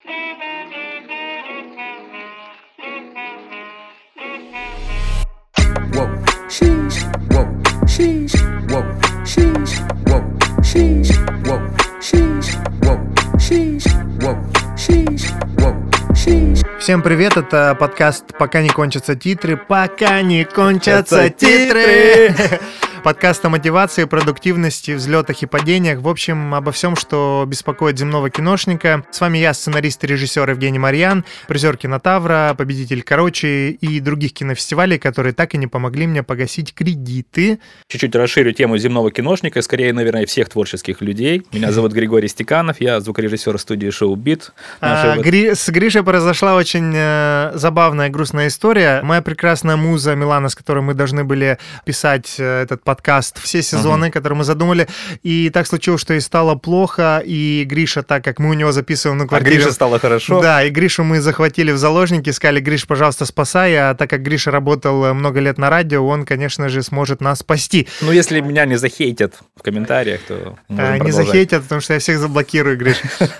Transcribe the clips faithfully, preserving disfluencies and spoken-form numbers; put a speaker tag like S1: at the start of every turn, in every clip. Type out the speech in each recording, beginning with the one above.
S1: Whoa, sheesh, whoa, sheesh, whoa, sheesh, whoa, sheesh, whoa, sheesh, whoa, sheesh, whoa, sheesh, whoa, sheesh.
S2: Всем привет, это подкаст «Пока не кончатся титры». Пока не кончатся титры! Подкаст о мотивации, продуктивности, взлетах и падениях. В общем, обо всем, что беспокоит земного киношника. С вами я, сценарист и режиссер Евгений Марьян, призер «Кинотавра», победитель «Короче» и других кинофестивалей, которые так и не помогли мне погасить кредиты.
S3: Чуть-чуть расширю тему земного киношника, скорее, наверное, всех творческих людей. Меня зовут Григорий Стеканов, я звукорежиссер студии «Шоу Бит».
S2: А, Гри... С Гришей произошла очень э, забавная, грустная история. Моя прекрасная муза Милана, с которой мы должны были писать э, этот подкаст, подкаст, все сезоны, uh-huh. которые мы задумали, и так случилось, что ей стало плохо, и Гриша, так как мы у него записываем на квартире...
S3: А Грише стало хорошо?
S2: Да, и Гришу мы захватили в заложники, сказали: Гриш, пожалуйста, спасай, а так как Гриша работал много лет на радио, он, конечно же, сможет нас спасти.
S3: Ну, если меня не захейтят в комментариях, то можем
S2: а, Не захейтят, потому что я всех заблокирую, Гриш.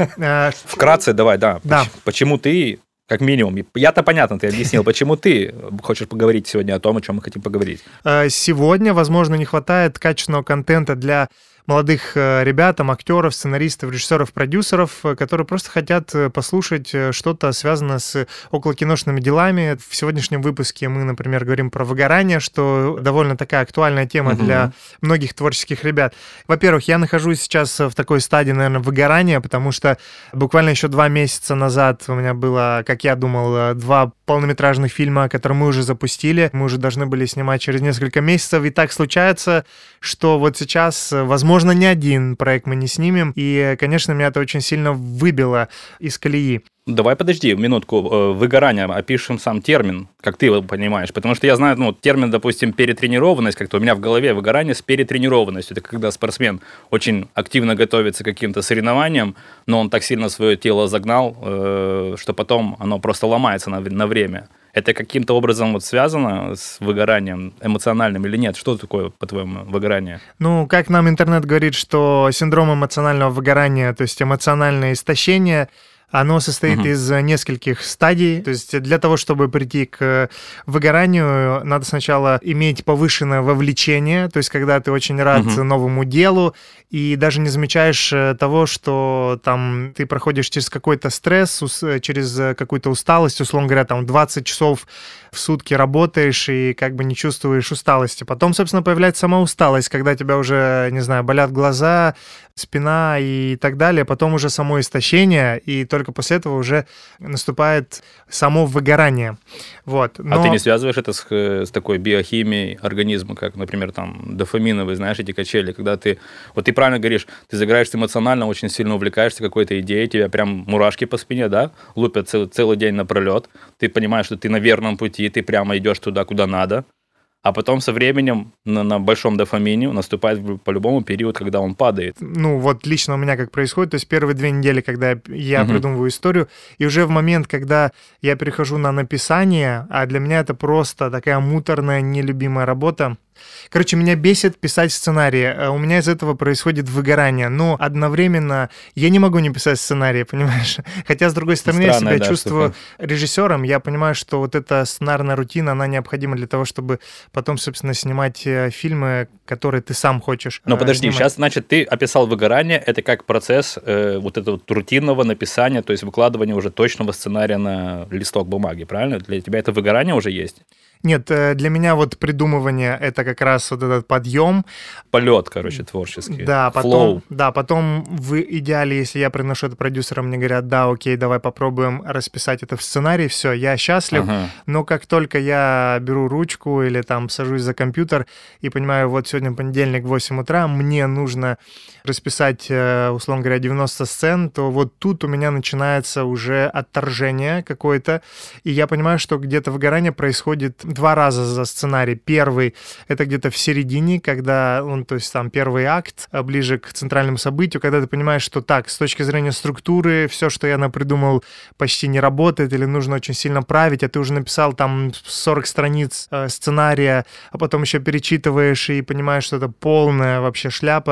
S3: Вкратце давай, да. Почему ты... Как минимум. Я-то понятно, ты объяснил, почему ты хочешь поговорить сегодня о том, о чем мы хотим поговорить.
S2: Сегодня, возможно, не хватает качественного контента для молодых ребят, там, актеров, сценаристов, режиссеров, продюсеров, которые просто хотят послушать что-то связанное с околокиношными делами. В сегодняшнем выпуске мы, например, говорим про выгорание, что довольно такая актуальная тема uh-huh. для многих творческих ребят. Во-первых, я нахожусь сейчас в такой стадии, наверное, выгорания, потому что буквально еще два месяца назад у меня было, как я думал, два полнометражных фильма, которые мы уже запустили. Мы уже должны были снимать через несколько месяцев. И так случается, что вот сейчас, возможно, Возможно, ни один проект мы не снимем, и, конечно, меня это очень сильно выбило из колеи.
S3: Давай подожди минутку, выгорание, опишем сам термин, как ты его понимаешь, потому что я знаю, ну, термин, допустим, перетренированность, как-то у меня в голове выгорание с перетренированностью, это когда спортсмен очень активно готовится к каким-то соревнованиям, но он так сильно свое тело загнал, что потом оно просто ломается на, на время. Это каким-то образом вот связано с выгоранием эмоциональным или нет? Что такое, по-твоему, выгорание?
S2: Ну, как нам интернет говорит, что синдром эмоционального выгорания, то есть эмоциональное истощение, оно состоит uh-huh. из нескольких стадий. То есть для того, чтобы прийти к выгоранию, надо сначала иметь повышенное вовлечение, то есть когда ты очень рад uh-huh. новому делу и даже не замечаешь того, что там ты проходишь через какой-то стресс, через какую-то усталость, условно говоря, там двадцать часов в сутки работаешь и как бы не чувствуешь усталости. Потом, собственно, появляется сама усталость, когда тебя уже, не знаю, болят глаза, спина и так далее. Потом уже само истощение, и только после этого уже наступает само выгорание. Вот. Но...
S3: А ты не связываешь это с, с такой биохимией организма, как, например, там, дофаминовые, знаешь, эти качели, когда ты, вот ты правильно говоришь, ты загораешься эмоционально, очень сильно увлекаешься какой-то идеей, тебя прям мурашки по спине, да, лупят целый, целый день напролет, ты понимаешь, что ты на верном пути, ты прямо идешь туда, куда надо, а потом со временем на, на большом дофамине наступает по-любому период, когда он падает.
S2: Ну, вот лично у меня как происходит, то есть первые две недели, когда я, я uh-huh. придумываю историю, и уже в момент, когда я перехожу на написание, а для меня это просто такая муторная, нелюбимая работа. Короче, меня бесит писать сценарии. У меня из этого происходит выгорание. Но одновременно я не могу не писать сценарии, понимаешь? Хотя, с другой стороны, Странная, я себя да, чувствую штука. режиссером. Я понимаю, что вот эта сценарная рутина, она необходима для того, чтобы потом, собственно, снимать фильмы, которые ты сам хочешь.
S3: Но подожди,
S2: снимать.
S3: Сейчас, значит, ты описал выгорание. Это как процесс э, вот этого вот рутинного написания, то есть выкладывания уже точного сценария на листок бумаги, правильно? Для тебя это выгорание уже есть?
S2: Нет, для меня вот придумывание — это как раз вот этот подъем.
S3: Полет, короче, творческий.
S2: Да, потом, да, потом в идеале, если я приношу это продюсерам, мне говорят: да, окей, давай попробуем расписать это в сценарий, все, я счастлив. Ага. Но как только я беру ручку или там сажусь за компьютер и понимаю, вот сегодня понедельник, восемь утра, мне нужно расписать, условно говоря, девяносто сцен, то вот тут у меня начинается уже отторжение какое-то, и я понимаю, что где-то выгорание происходит два раза за сценарий. Первый — это где-то в середине, когда он, то есть там первый акт, ближе к центральному событию, когда ты понимаешь, что так, с точки зрения структуры, все, что я напридумал, почти не работает или нужно очень сильно править, а ты уже написал там сорок страниц э, сценария, а потом еще перечитываешь и понимаешь, что это полная вообще шляпа.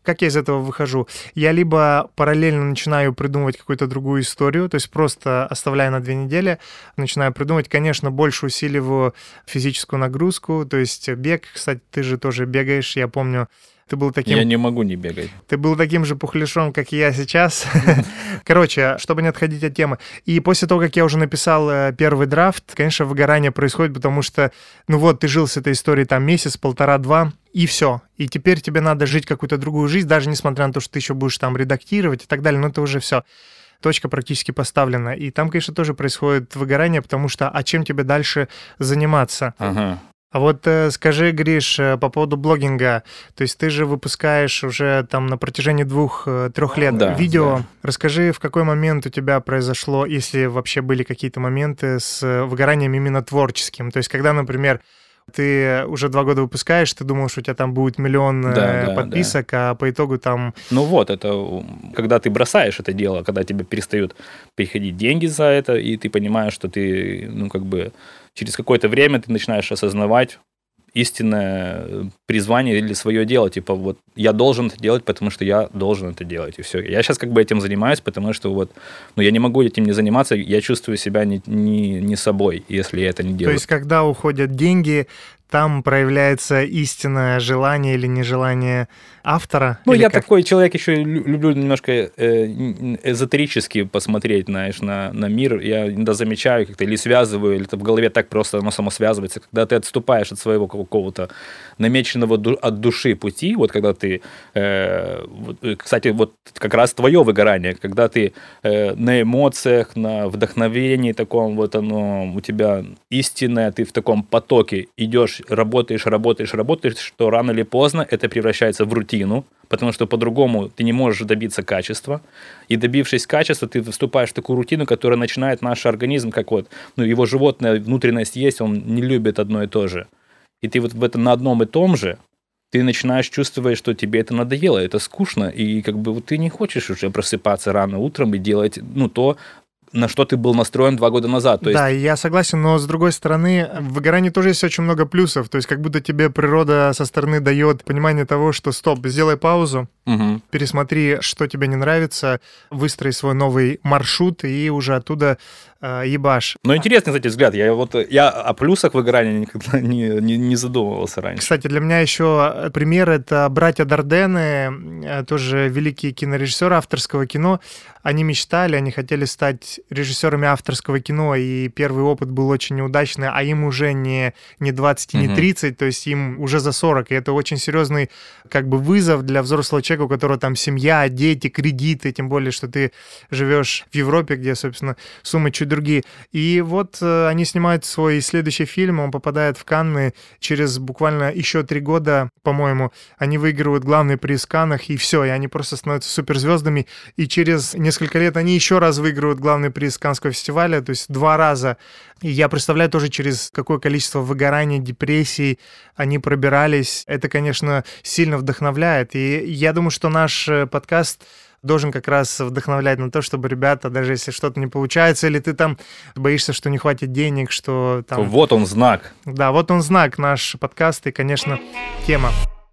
S2: Как я из этого выхожу? Я либо параллельно начинаю придумывать какую-то другую историю, то есть просто оставляя на две недели, начинаю придумывать, конечно, больше усиливаю физическую нагрузку, то есть бег, кстати, ты же тоже бегаешь, я помню, ты был таким...
S3: Я не могу не бегать.
S2: Ты был таким же пухляшом, как и я сейчас. Короче, чтобы не отходить от темы. И после того, как я уже написал первый драфт, конечно, выгорание происходит, потому что, ну вот, ты жил с этой историей там месяц, полтора-два, и все. И теперь тебе надо жить какую-то другую жизнь, даже несмотря на то, что ты еще будешь там редактировать и так далее, но это уже все. Точка практически поставлена. И там, конечно, тоже происходит выгорание, потому что а чем тебе дальше заниматься?
S3: Ага.
S2: А вот э, скажи, Гриш, э, по поводу блогинга, то есть ты же выпускаешь уже там на протяжении двух-трех лет
S3: да,
S2: видео.
S3: Да.
S2: Расскажи, в какой момент у тебя произошло, если вообще были какие-то моменты с выгоранием именно творческим? То есть когда, например, ты уже два года выпускаешь, ты думал, что у тебя там будет миллион
S3: да, да,
S2: подписок, да. а по итогу там...
S3: Ну вот, это когда ты бросаешь это дело, когда тебе перестают приходить деньги за это, и ты понимаешь, что ты, ну, как бы, через какое-то время ты начинаешь осознавать истинное призвание или свое дело. Типа, вот, я должен это делать, потому что я должен это делать, и все. Я сейчас как бы этим занимаюсь, потому что вот, ну, я не могу этим не заниматься, я чувствую себя не, не, не собой, если я это не делаю.
S2: То есть, когда уходят деньги, там проявляется истинное желание или нежелание автора?
S3: Ну, я
S2: как?
S3: такой человек, еще люблю немножко э, эзотерически посмотреть, знаешь, на, на мир. Я иногда замечаю как-то или связываю, или это в голове так просто оно само связывается. Когда ты отступаешь от своего какого-то намеченного ду- от души пути, вот когда ты, э, вот, кстати, вот как раз твое выгорание, когда ты э, на эмоциях, на вдохновении таком, вот оно у тебя истинное, ты в таком потоке идешь, работаешь, работаешь, работаешь, что рано или поздно это превращается в рутину, потому что по-другому ты не можешь добиться качества. И добившись качества, ты вступаешь в такую рутину, которая начинает наш организм, как вот, ну, его животная внутренность есть, он не любит одно и то же. И ты вот в этом на одном и том же, ты начинаешь чувствовать, что тебе это надоело, это скучно, и как бы вот ты не хочешь уже просыпаться рано утром и делать, ну, то, на что ты был настроен два года назад. То
S2: да,
S3: есть...
S2: я согласен, но с другой стороны, в выгорании тоже есть очень много плюсов. То есть как будто тебе природа со стороны дает понимание того, что стоп, сделай паузу, угу. пересмотри, что тебе не нравится, выстрой свой новый маршрут и уже оттуда э, ебашь.
S3: Ну, интересный, кстати, взгляд. Я, вот, я о плюсах выгорания никогда не, не, не задумывался раньше.
S2: Кстати, для меня еще пример — это братья Дардены, тоже великие кинорежиссеры авторского кино. Они мечтали, они хотели стать режиссерами авторского кино, и первый опыт был очень неудачный, а им уже не, не двадцать, не тридцать, uh-huh. то есть им уже за сорок, и это очень серьезный как бы вызов для взрослого человека, у которого там семья, дети, кредиты, тем более, что ты живешь в Европе, где, собственно, суммы чуть другие. И вот э, они снимают свой следующий фильм, он попадает в Канны, через буквально еще три года, по-моему, они выигрывают главный приз в Каннах, и все, и они просто становятся суперзвездами, и через несколько лет они еще раз выигрывают главный приз Каннского фестиваля, то есть два раза. И я представляю тоже, через какое количество выгорания, депрессий они пробирались. Это, конечно, сильно вдохновляет. И я думаю, что наш подкаст должен как раз вдохновлять на то, чтобы ребята, даже если что-то не получается, или ты там боишься, что не хватит денег, что там...
S3: Вот он знак.
S2: Да, вот он знак, наш подкаст и, конечно, тема.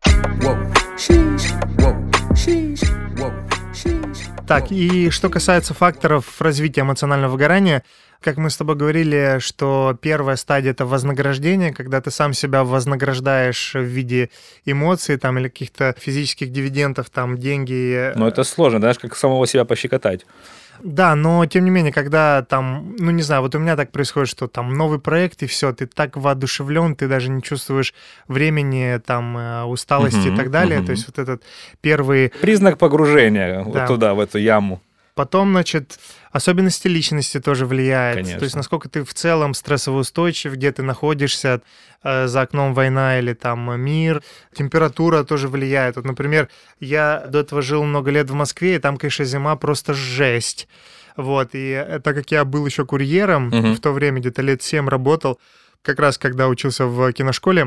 S2: Так, и что касается факторов развития эмоционального выгорания, как мы с тобой говорили, что первая стадия — это вознаграждение, когда ты сам себя вознаграждаешь в виде эмоций там, или каких-то физических дивидендов, там, деньги.
S3: Ну, это сложно, знаешь, как самого себя пощекотать.
S2: Да, но тем не менее, когда там, ну не знаю, вот у меня так происходит, что там новый проект, и все, ты так воодушевлен, ты даже не чувствуешь времени, там, усталости uh-huh, и так далее. Uh-huh. То есть вот этот первый...
S3: Признак погружения
S2: да.
S3: вот туда, в эту яму.
S2: Потом, значит, особенности личности тоже влияют.
S3: Конечно.
S2: То есть насколько ты в целом стрессоустойчив, где ты находишься, э, за окном война или там мир. Температура тоже влияет. Вот, например, я до этого жил много лет в Москве, и там, конечно, зима просто жесть. Вот, и так как я был еще курьером, угу. в то время где-то лет семь работал, как раз когда учился в киношколе,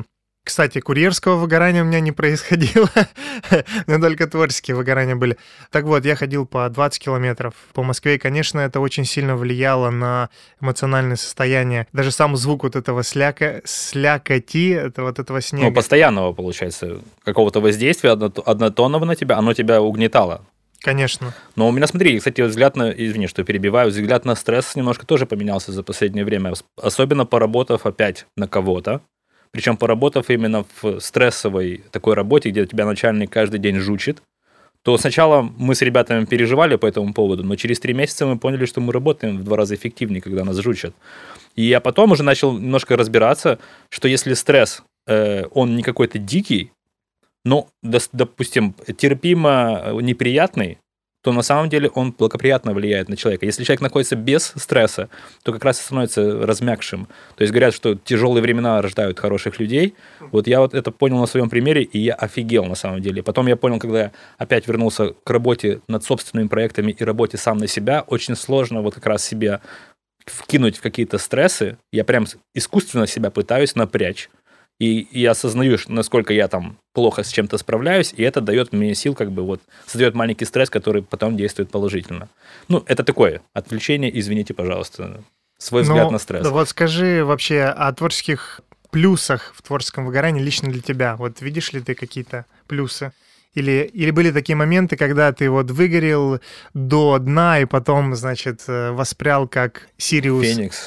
S2: Кстати, курьерского выгорания у меня не происходило, но только творческие выгорания были. Так вот, я ходил по двадцать километров по Москве, и, конечно, это очень сильно влияло на эмоциональное состояние. Даже сам звук вот этого сляка, слякоти, это вот этого снега.
S3: Ну, постоянного, получается, какого-то воздействия однотонного на тебя, оно тебя угнетало.
S2: Конечно.
S3: Но у меня, смотри, кстати, взгляд на, извини, что перебиваю, взгляд на стресс немножко тоже поменялся за последнее время, особенно поработав опять на кого-то. Причем поработав именно в стрессовой такой работе, где тебя начальник каждый день жучит, то сначала мы с ребятами переживали по этому поводу, но через три месяца мы поняли, что мы работаем в два раза эффективнее, когда нас жучат. И я потом уже начал немножко разбираться, что если стресс, э, он не какой-то дикий, но, допустим, терпимо неприятный, то на самом деле он благоприятно влияет на человека. Если человек находится без стресса, то как раз и становится размягшим. То есть говорят, что тяжелые времена рождают хороших людей. Вот я вот это понял на своем примере, и я офигел на самом деле. Потом я понял, когда я опять вернулся к работе над собственными проектами и работе сам на себя, очень сложно вот как раз себя вкинуть в какие-то стрессы. Я прям искусственно себя пытаюсь напрячь. И я осознаю, насколько я там плохо с чем-то справляюсь, и это дает мне сил, как бы вот, создает маленький стресс, который потом действует положительно. Ну, это такое отвлечение, извините, пожалуйста, свой взгляд
S2: ну,
S3: на стресс.
S2: Да вот скажи вообще о творческих плюсах в творческом выгорании лично для тебя. Вот видишь ли ты какие-то плюсы? Или, или были такие моменты, когда ты вот выгорел до дна и потом, значит, воспрял как Сириус?
S3: Феникс.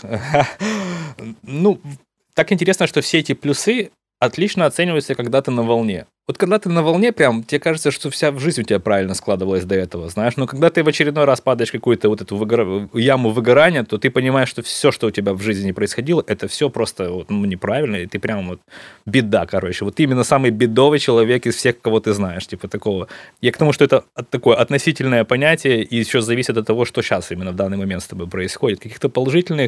S3: Ну, так интересно, что все эти плюсы отлично оцениваются, когда ты на волне. Вот когда ты на волне, прям, тебе кажется, что вся жизнь у тебя правильно складывалась до этого, знаешь. Но когда ты в очередной раз падаешь в какую-то вот эту выгор... яму выгорания, то ты понимаешь, что все, что у тебя в жизни происходило, это все просто вот, ну, неправильно, и ты прям вот беда, короче. Вот ты именно самый бедовый человек из всех, кого ты знаешь, типа такого. Я к тому, что это такое относительное понятие, и еще зависит от того, что сейчас именно в данный момент с тобой происходит. Каких-то положительных,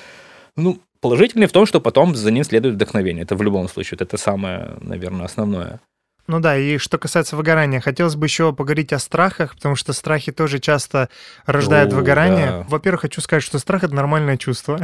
S3: ну, положительный в том, что потом за ним следует вдохновение. Это в любом случае, это самое, наверное, основное.
S2: Ну да, и что касается выгорания, хотелось бы еще поговорить о страхах, потому что страхи тоже часто рождают
S3: О,
S2: выгорание.
S3: да.
S2: Во-первых, хочу сказать, что страх — это нормальное чувство.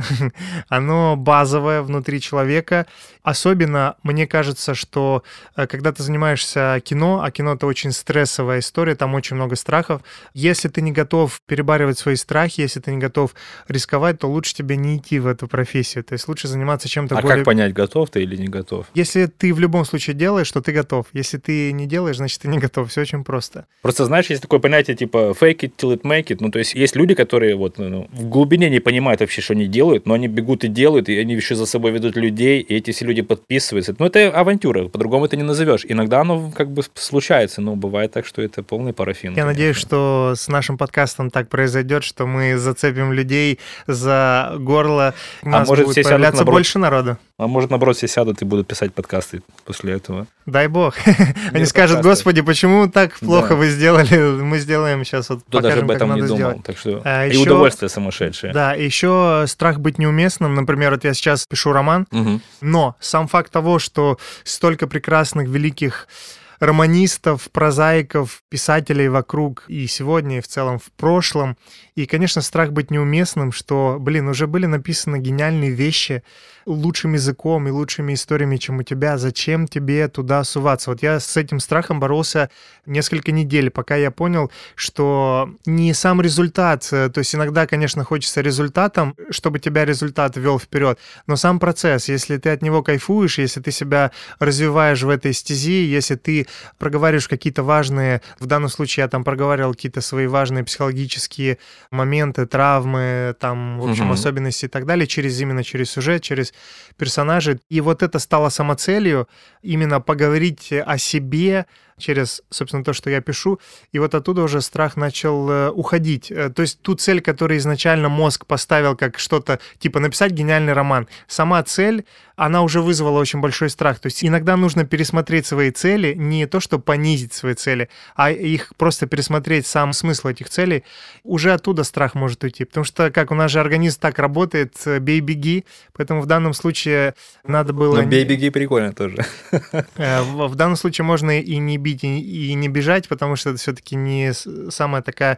S2: Оно базовое внутри человека. Особенно, мне кажется, что э, когда ты занимаешься кино, а кино — это очень стрессовая история, там очень много страхов. Если ты не готов перебарывать свои страхи, если ты не готов рисковать, то лучше тебе не идти в эту профессию. То есть лучше заниматься чем-то
S3: А
S2: более...
S3: как понять, готов ты или не готов?
S2: Если ты в любом случае делаешь, то ты готов. Если ты не делаешь, значит, ты не готов. Все очень просто.
S3: Просто, знаешь, есть такое понятие типа fake it till it make it. Ну, то есть есть люди, которые вот ну, в глубине не понимают вообще, что они делают, но они бегут и делают, и они еще за собой ведут людей, и эти все люди подписываются. Ну, это авантюра, по-другому это не назовешь. Иногда оно как бы случается, но бывает так, что это полный парафин.
S2: Я
S3: конечно.
S2: надеюсь, что с нашим подкастом так произойдет, что мы зацепим людей за горло. У нас
S3: а может,
S2: будет
S3: все
S2: появляться
S3: сядут, наоборот,
S2: больше народу.
S3: А может, наоборот, все сядут и будут писать подкасты после этого.
S2: Дай бог. Они
S3: Без
S2: скажут:
S3: подкаста.
S2: Господи, почему так плохо
S3: Да.
S2: вы сделали? Мы сделаем сейчас, вот
S3: Кто даже
S2: покажем,
S3: об
S2: как
S3: этом не
S2: надо
S3: думал.
S2: сделать.
S3: Так что
S2: А
S3: и
S2: еще-
S3: удовольствие сумасшедшее.
S2: Да, и еще страх быть неуместным. Например, вот я сейчас пишу роман,
S3: Мгм.
S2: но сам факт того, что столько прекрасных, великих романистов, прозаиков, писателей вокруг и сегодня, и в целом в прошлом. И, конечно, страх быть неуместным, что, блин, уже были написаны гениальные вещи лучшим языком и лучшими историями, чем у тебя. Зачем тебе туда суваться? Вот я с этим страхом боролся несколько недель, пока я понял, что не сам результат, э, то есть иногда, конечно, хочется результатом, чтобы тебя результат вел вперед, но сам процесс, если ты от него кайфуешь, если ты себя развиваешь в этой стези, если ты проговариваешь какие-то важные, в данном случае я там проговаривал какие-то свои важные психологические моменты, травмы, там, в общем,
S3: Мгм.
S2: особенности и так далее, через именно через сюжет, через персонажей. И вот это стало самоцелью, именно поговорить о себе через, собственно, то, что я пишу, и вот оттуда уже страх начал э, уходить. Э, То есть ту цель, которую изначально мозг поставил как что-то, типа написать гениальный роман, сама цель, она уже вызвала очень большой страх. То есть иногда нужно пересмотреть свои цели, не то, что понизить свои цели, а их просто пересмотреть, сам смысл этих целей. Уже оттуда страх может уйти. Потому что, как у нас же организм так работает, э, бей-беги, поэтому в данном случае надо было...
S3: Но
S2: не-
S3: бей-беги прикольно тоже.
S2: Э, В в данном случае можно и не бить, и и не бежать, потому что это все-таки не с- самая такая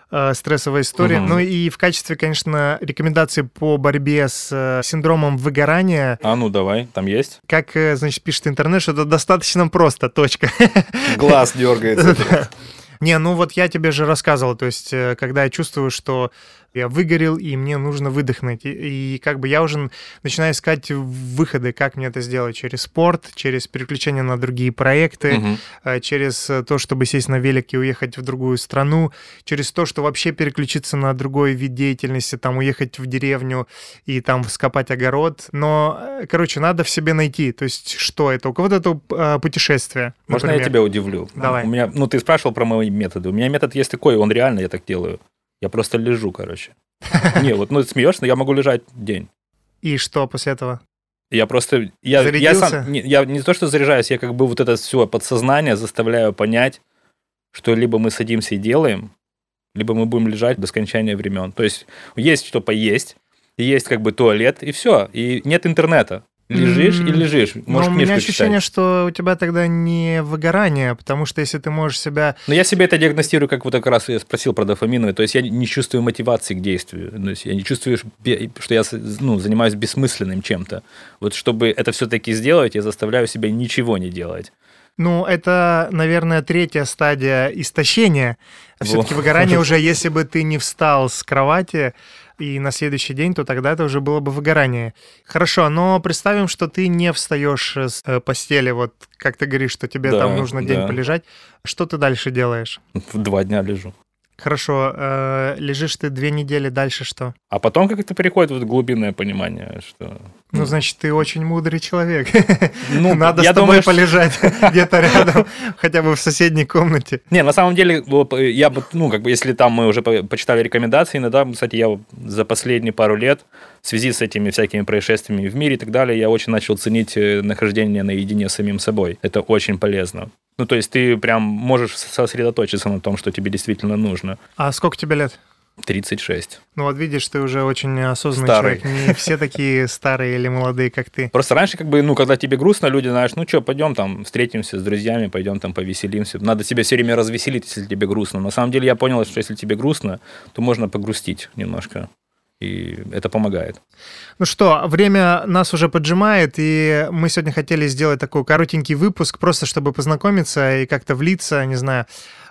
S2: э, стрессовая история.
S3: Мгм.
S2: Ну и в качестве, конечно, рекомендаций по борьбе с э, синдромом выгорания,
S3: А ну давай, там есть?
S2: как, э, значит, пишет интернет, что это достаточно просто, точка.
S3: Глаз дергается.
S2: Не, ну вот я тебе же рассказывал, то есть, э, когда я чувствую, что я выгорел, и мне нужно выдохнуть, и, и как бы я уже начинаю искать выходы, как мне это сделать, через спорт, через переключение на другие проекты,
S3: Мгм.
S2: э, через э, то, чтобы сесть на велик и уехать в другую страну, через то, что вообще переключиться на другой вид деятельности, там, уехать в деревню и там вскопать огород. Но, э, короче, надо в себе найти, то есть, что это? У кого-то это э, путешествие,
S3: Можно я
S2: например.
S3: тебя удивлю?
S2: Давай.
S3: У меня, ну, ты спрашивал про мои методы. У меня метод есть такой, он реально, я так делаю. Я просто лежу, короче. Не, вот, ну, смеешься, но я могу лежать день.
S2: И что после этого?
S3: Я просто... Я, я,
S2: Зарядился?
S3: сам, не, я не то, что заряжаюсь, я как бы вот это все подсознание заставляю понять, что либо мы садимся и делаем, либо мы будем лежать до скончания времен. То есть есть что поесть, и есть как бы туалет, и все. И нет интернета. Лежишь
S2: М,
S3: и лежишь.
S2: Но
S3: Можешь
S2: у меня
S3: книжку
S2: ощущение,
S3: читать.
S2: что у тебя тогда не выгорание, потому что если ты можешь себя...
S3: Но я себе это диагностирую, как вот как раз я спросил про дофаминовые. То есть я не чувствую мотивации к действию. То есть я не чувствую, что я ну, занимаюсь бессмысленным чем-то. Вот чтобы это все-таки сделать, я заставляю себя ничего не делать.
S2: Ну, это, наверное, третья стадия истощения. Все-таки
S3: Вот.
S2: выгорание уже, если бы ты не встал с кровати и на следующий день, то тогда это уже было бы выгорание. Хорошо, но представим, что ты не встаешь с э, постели, вот как ты говоришь, что тебе
S3: Да,
S2: там нужно день
S3: да.
S2: полежать. Что ты дальше делаешь?
S3: В два дня лежу.
S2: Хорошо, э, лежишь ты две недели, дальше что?
S3: А потом как-то переходит вот глубинное понимание, что...
S2: Ну, значит, ты очень мудрый человек.
S3: Ну,
S2: Надо
S3: я
S2: с тобой
S3: думаю, что-
S2: полежать где-то рядом, хотя бы в соседней комнате.
S3: Не, на самом деле, вот, я бы, ну, как бы, если там мы уже по- почитали рекомендации, иногда, кстати, я вот за последние пару лет в связи с этими всякими происшествиями в мире и так далее, я очень начал ценить э, нахождение наедине с самим собой. Это очень полезно. Ну, то есть ты прям можешь сосредоточиться на том, что тебе действительно нужно.
S2: А сколько тебе лет?
S3: тридцать шесть.
S2: Ну вот видишь, ты уже очень осознанный
S3: Старый.
S2: человек. Не все такие старые или молодые, как ты.
S3: Просто раньше, как бы, ну, когда тебе грустно, люди, знаешь, ну что, пойдем там, встретимся с друзьями, пойдем там повеселимся. Надо себя все время развеселить, если тебе грустно. На самом деле я понял, что если тебе грустно, то можно погрустить немножко. И это помогает.
S2: Ну что, время нас уже поджимает, и мы сегодня хотели сделать такой коротенький выпуск, просто чтобы познакомиться и как-то влиться, не знаю.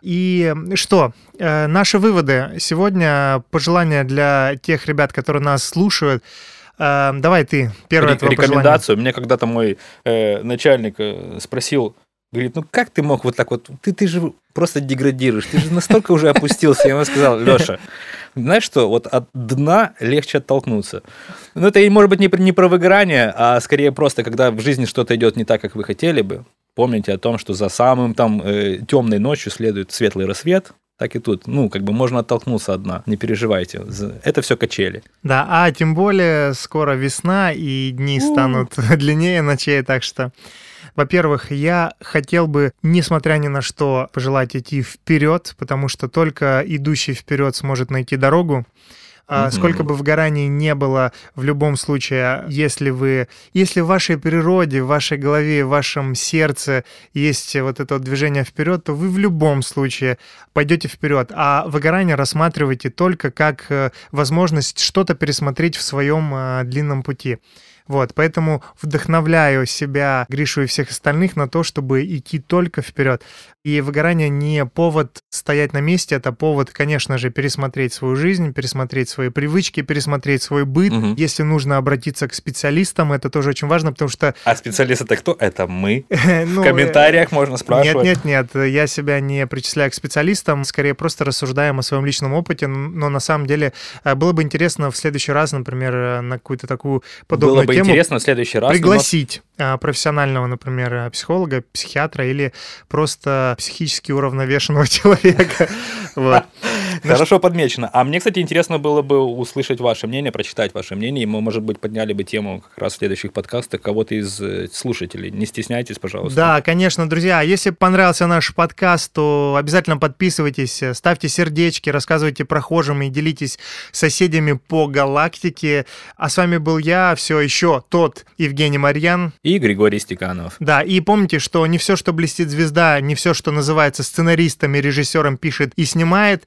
S2: И что, э, наши выводы сегодня, пожелания для тех ребят, которые нас слушают. Э, давай ты, первое
S3: Ре-
S2: твое пожелание.
S3: Рекомендацию. Мне когда-то мой э, начальник э, спросил, говорит, ну как ты мог вот так вот, ты, ты же просто деградируешь, ты же настолько уже опустился. Я ему сказал, Леша, знаешь что, вот от дна легче оттолкнуться. Ну это, и может быть, не, про- не про выгорание, а скорее просто, когда в жизни что-то идет не так, как вы хотели бы, помните о том, что за самым там э, темной ночью следует светлый рассвет, так и тут. Ну, как бы можно оттолкнуться от дна, не переживайте. За- Это все качели.
S2: Да, а тем более скоро весна, и дни станут длиннее ночей, так что... Во-первых, я хотел бы, несмотря ни на что, пожелать идти вперед, потому что только идущий вперед сможет найти дорогу. А
S3: Мгм.
S2: Сколько бы выгораний не было, в любом случае, если вы, если в вашей природе, в вашей голове, в вашем сердце есть вот это вот движение вперед, то вы в любом случае пойдете вперед. А выгорание рассматривайте только как э, возможность что-то пересмотреть в своем э, длинном пути. Вот, поэтому вдохновляю себя, Гришу и всех остальных на то, чтобы идти только вперед. И выгорание не повод стоять на месте, это повод, конечно же, пересмотреть свою жизнь, пересмотреть свои привычки, пересмотреть свой быт.
S3: Мгм.
S2: Если нужно обратиться к специалистам, это тоже очень важно, потому что...
S3: А специалист это кто? Это мы.
S2: ну,
S3: В комментариях можно спрашивать.
S2: Нет, нет, нет, я себя не причисляю к специалистам, скорее просто рассуждаем о своем личном опыте, но на самом деле э, было бы интересно в следующий раз, например, э, на какую-то такую подобную
S3: Было бы
S2: тему
S3: интересно в следующий раз. у нас-
S2: пригласить э, профессионального, например, э, психолога, психиатра или просто психически уравновешенного человека. Вот.
S3: Хорошо подмечено. А мне, кстати, интересно было бы услышать ваше мнение, прочитать ваше мнение, и мы, может быть, подняли бы тему как раз в следующих подкастах кого-то из э, слушателей. Не стесняйтесь, пожалуйста.
S2: Да, конечно, друзья. Если понравился наш подкаст, то обязательно подписывайтесь, ставьте сердечки, рассказывайте прохожим и делитесь с соседями по галактике. А с вами был я, все еще тот Евгений Марьян.
S3: И Григорий Стеканов.
S2: Да, и помните, что не все, что блестит звезда, не все, что называется сценаристом и режиссером, пишет и снимает.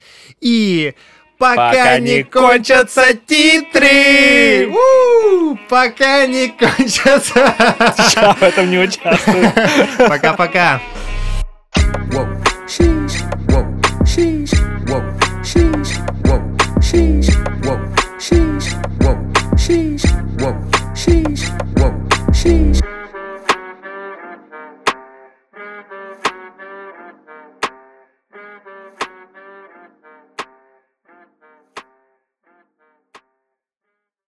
S2: И пока,
S3: Пока
S2: не
S3: не
S2: кончатся титры! У, Пока не кончатся...
S3: Я в этом не участвую.
S2: Пока-пока.
S1: Whoa, sheesh, whoa, sheesh, whoa, sheesh, whoa, sheesh, whoa.